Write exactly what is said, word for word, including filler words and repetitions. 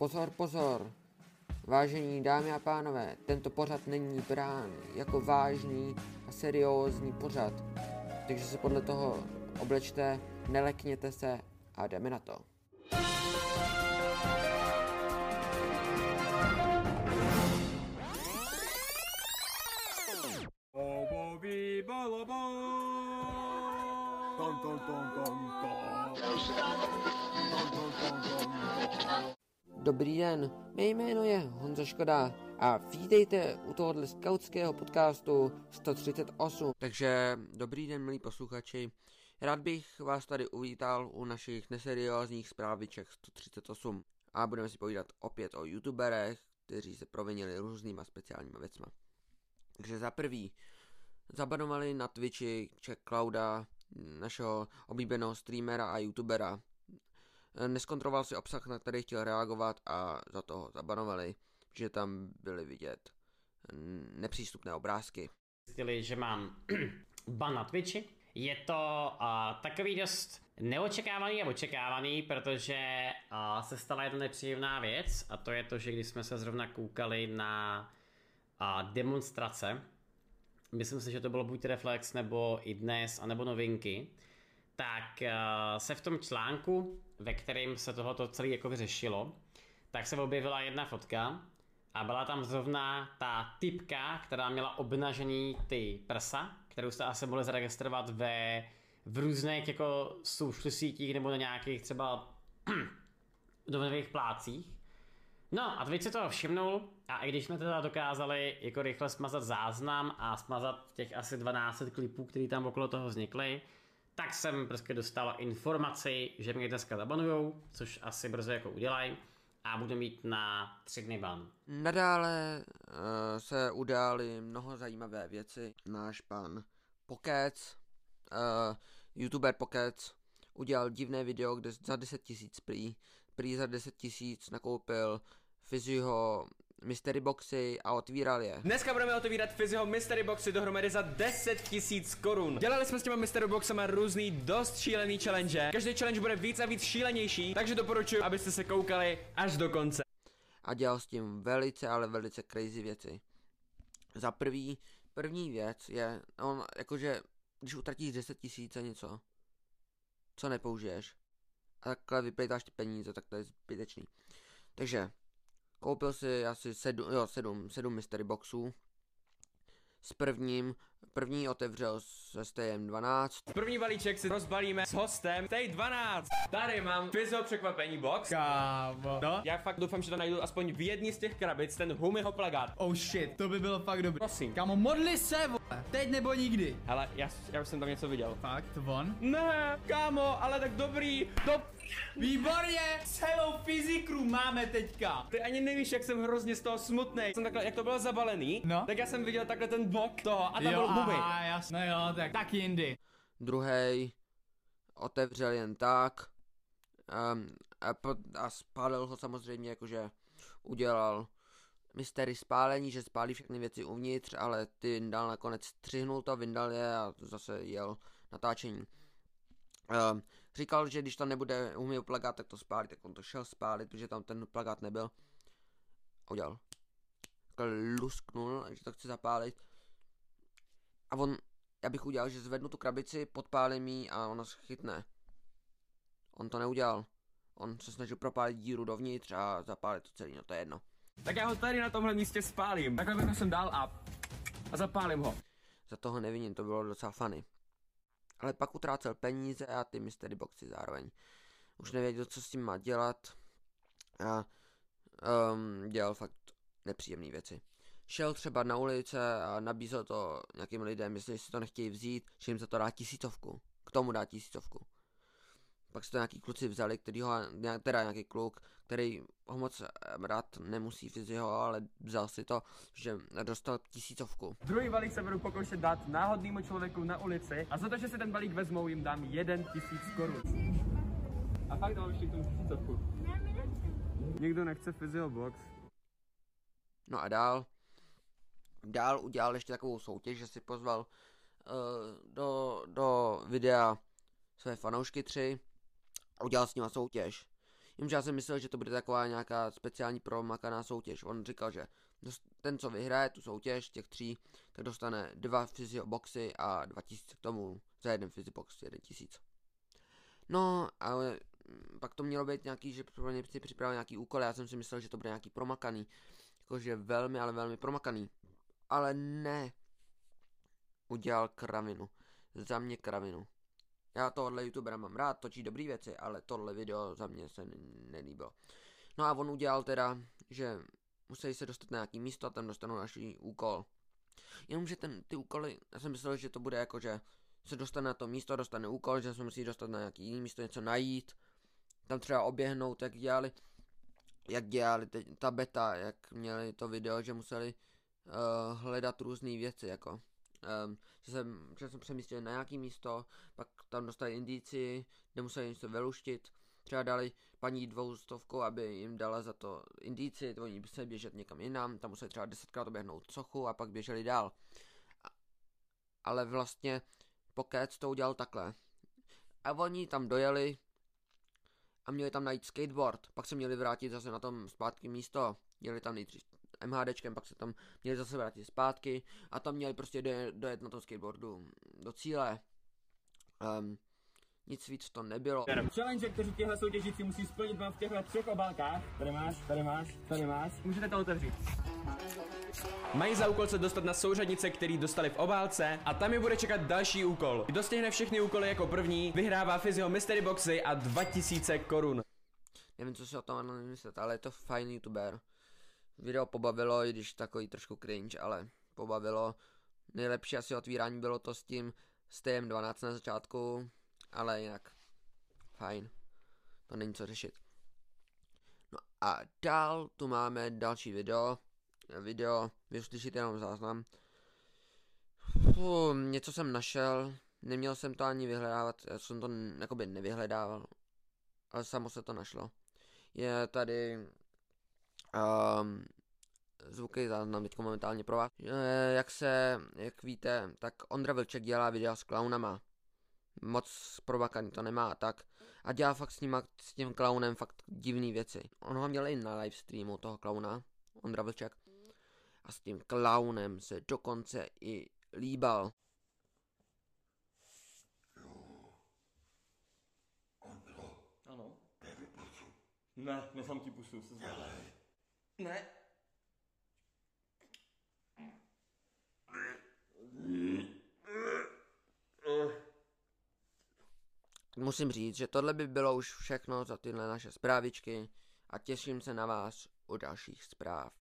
Pozor, pozor! Vážení dámy a pánové, tento pořad není brán jako vážný a seriózní pořad, takže se podle toho oblečte, nelekněte se a jdeme na to. Dobrý den, mé jméno je Honza Škoda a vítejte u tohohle skautského podcastu sto třicet osm. Takže dobrý den, milí posluchači, rád bych vás tady uvítal u našich neseriózních zpráviček sto třicet osm a budeme si povídat opět o youtuberech, kteří se provinili různýma speciálníma věcma. Takže za prvý zabanovali na Twitchi Czech Clouda, našeho oblíbeného streamera a youtubera. Neskontroloval si obsah, na který chtěl reagovat a za toho zabanovali, že tam byly vidět nepřístupné obrázky. Zjistili, že mám ban na Twitchi. Je to uh, takový dost neočekávaný a očekávaný, protože uh, se stala jedna nepříjemná věc a to je to, že když jsme se zrovna koukali na uh, demonstrace, myslím si, že to bylo buď Reflex nebo i Dnes, anebo Novinky, tak uh, se v tom článku, ve kterém se tohoto celé jako vyřešilo, tak se objevila jedna fotka a byla tam zrovna ta typka, která měla obnažený ty prsa, kterou jste asi mohli zaregistrovat ve, v různých jako social sítích nebo na nějakých třeba novinových plácích. No a Twitch se toho všimnul a i když jsme teda dokázali jako rychle smazat záznam a smazat těch asi dvanáct set klipů, které tam okolo toho vznikly, tak jsem prostě dostal informaci, že mě dneska zabanujou, což asi brzo jako udělají a budu mít na tři dny ban. Nadále uh, se udály mnoho zajímavé věci. Náš pan Pokec, uh, youtuber Pokec, udělal divné video, kde za deset tisíc prý, prý za deset tisíc nakoupil Fizzyho mystery boxy a otvíral je. Dneska budeme otevírat Fizzyho mystery boxy dohromady za deset tisíc korun. Dělali jsme s těma mystery boxama různý dost šílený challenge. Každý challenge bude víc a víc šílenější, takže doporučuji, abyste se koukali až do konce. A dělal s tím velice, ale velice crazy věci. Za prvý, první věc je, on jakože, když utratíš deset tisíc a něco, co nepoužiješ, a takhle vyplejtáš ty peníze, tak to je zbytečný. Takže koupil si asi sedm, jo, sedm, sedm mystery boxů. S prvním, první otevřel se Stejem dvanáct. První balíček si rozbalíme s hostem Stej dvanáct. Tady mám Fizzyho překvapení box. Kámo. No? Já fakt doufám, že to najdu aspoň v jedné z těch krabic, ten Humiho plagát. Oh shit, to by bylo fakt dobré. Prosím. Kámo, modli se, vole. Teď nebo nikdy. Hele, já, já už jsem tam něco viděl. Fakt, on? Ne, kámo, ale tak dobrý. Do... Výborně, celou Fizzy crew máme teďka. Ty ani nevíš, jak jsem hrozně z toho smutnej. Jsem takhle, jak to bylo zabalený, no? Tak já jsem viděl takhle ten bok toho a tam jo, byl Humi. aha, jasno, jo, tak, tak jindy. Druhej otevřel jen tak um, a, po, a spálil ho samozřejmě, jakože udělal mystery spálení, že spálí všechny věci uvnitř, ale ty dal nakonec střihnul to, vyndal je a zase jel natáčení. Um, říkal, že když tam nebude uměl plagát, tak to spálí, tak on to šel spálit, protože tam ten plagát nebyl. Udělal. Takhle lusknul, že to chce zapálit. A on, já bych udělal, že zvednu tu krabici, podpálím ji a ona se chytne. On to neudělal. On se snažil propálit díru dovnitř a zapálit to celý, no to je jedno. Tak já ho tady na tomhle místě spálím. Takhle jsem dál a, a zapálím ho. Za toho neviním, to bylo docela funny. Ale pak utrácel peníze a ty mystery boxy zároveň. Už nevěděl, co s tím má dělat. A um, dělal fakt nepříjemné věci. Šel třeba na ulice a nabízel to nějakým lidem, jestli si to nechtějí vzít, že jim za to dá tisícovku. K tomu dá tisícovku. Pak si to nějaký kluci vzali, který ho, teda nějaký kluk, který ho moc rád nemusí Fizzyho, ale vzal si to, že dostal tisícovku. Druhý balík se budu pokoušet dát náhodnému člověku na ulici a za to, že si ten balík vezmou, jim dám jeden tisíc korun. A fakt dám ještě tu tisícovku. Nikdo nechce Fizzyho box. No a dál. Dál udělal ještě takovou soutěž, že si pozval uh, do, do videa své fanoušky tři a udělal s nima soutěž. Jenže já jsem myslel, že to bude taková nějaká speciální promakaná soutěž. On říkal, že ten, co vyhraje tu soutěž, těch tří, tak dostane dva fyzioboxy a dva tisíce k tomu. Za jeden fyziobox, jeden tisíc. No, ale pak to mělo být nějaký, že pro ně si připravil nějaký úkol, já jsem si myslel, že to bude nějaký promakaný. Jakože velmi, ale velmi promakaný. Ale ne. Udělal kravinu. Za mě kravinu. Já tohle youtubera mám rád, točí dobrý věci, ale tohle video za mě se nelíbilo. No a on udělal teda, že musí se dostat na nějaký místo a tam dostanou další úkol. Jenomže ten, ty úkoly, já jsem myslel, že to bude jako, že se dostane na to místo, dostane úkol, že se musí dostat na nějaký jiný místo, něco najít. Tam třeba oběhnout, jak dělali, jak dělali teď, ta beta, jak měli to video, že museli uh, hledat různé věci, jako. Um, že, jsem, že jsem přemístil na nějaký místo, pak tam dostali indici, kde museli něco vyluštit. Třeba dali paní dvoustovku, aby jim dala za to indici, oni by se běžet někam jinam, tam museli třeba desetkrát oběhnout sochu a pak běželi dál. A, ale vlastně Pokec to udělal takhle. A oni tam dojeli a měli tam najít skateboard, pak se měli vrátit zase na tom zpátky místo, měli tam nejdřív MHDčkem, pak se tam měli zase vrátit zpátky a tam měli prostě dojet, dojet na tom skateboardu do cíle. Um, nic víc to nebylo. Challenge, kteří těhle soutěžící musí splnit, mám v těchto třech obálkách. Tady máš, tady máš, tady máš. Můžete to otevřít. Mají za úkol se dostat na souřadnice, který dostali v obálce a tam je bude čekat další úkol. Kdo stihne všechny úkoly jako první, vyhrává Fyzio Mystery Boxy a dva tisíce korun. Nevím, co si o tom myslet, ale je to fajn youtuber. Video pobavilo, i když takový trošku cringe, ale pobavilo. Nejlepší asi otvírání bylo to s tím S T M dvanáct na začátku, ale jinak fajn. To není co řešit. No a dál tu máme další video. Video, vy uslyšíte jenom záznam. Fuh, něco jsem našel, neměl jsem to ani vyhledávat, já jsem to jakoby nevyhledával, ale samo se to našlo. Je tady um, zvuky záznam teď momentálně pro vás. E, jak se, jak víte, tak Ondra Vlček dělá videa s klaunama. Moc probakaný to nemá tak. A dělá fakt s, nima, s tím klaunem fakt divný věci. On ho měl i na livestreamu toho klauna, Ondra Vlček. A s tím klaunem se dokonce i líbal. Ano. Ne, nechám ti pusu, se zvedá. Ne. Musím říct, že tohle by bylo už všechno za tyhle naše zprávičky a těším se na vás u dalších zpráv.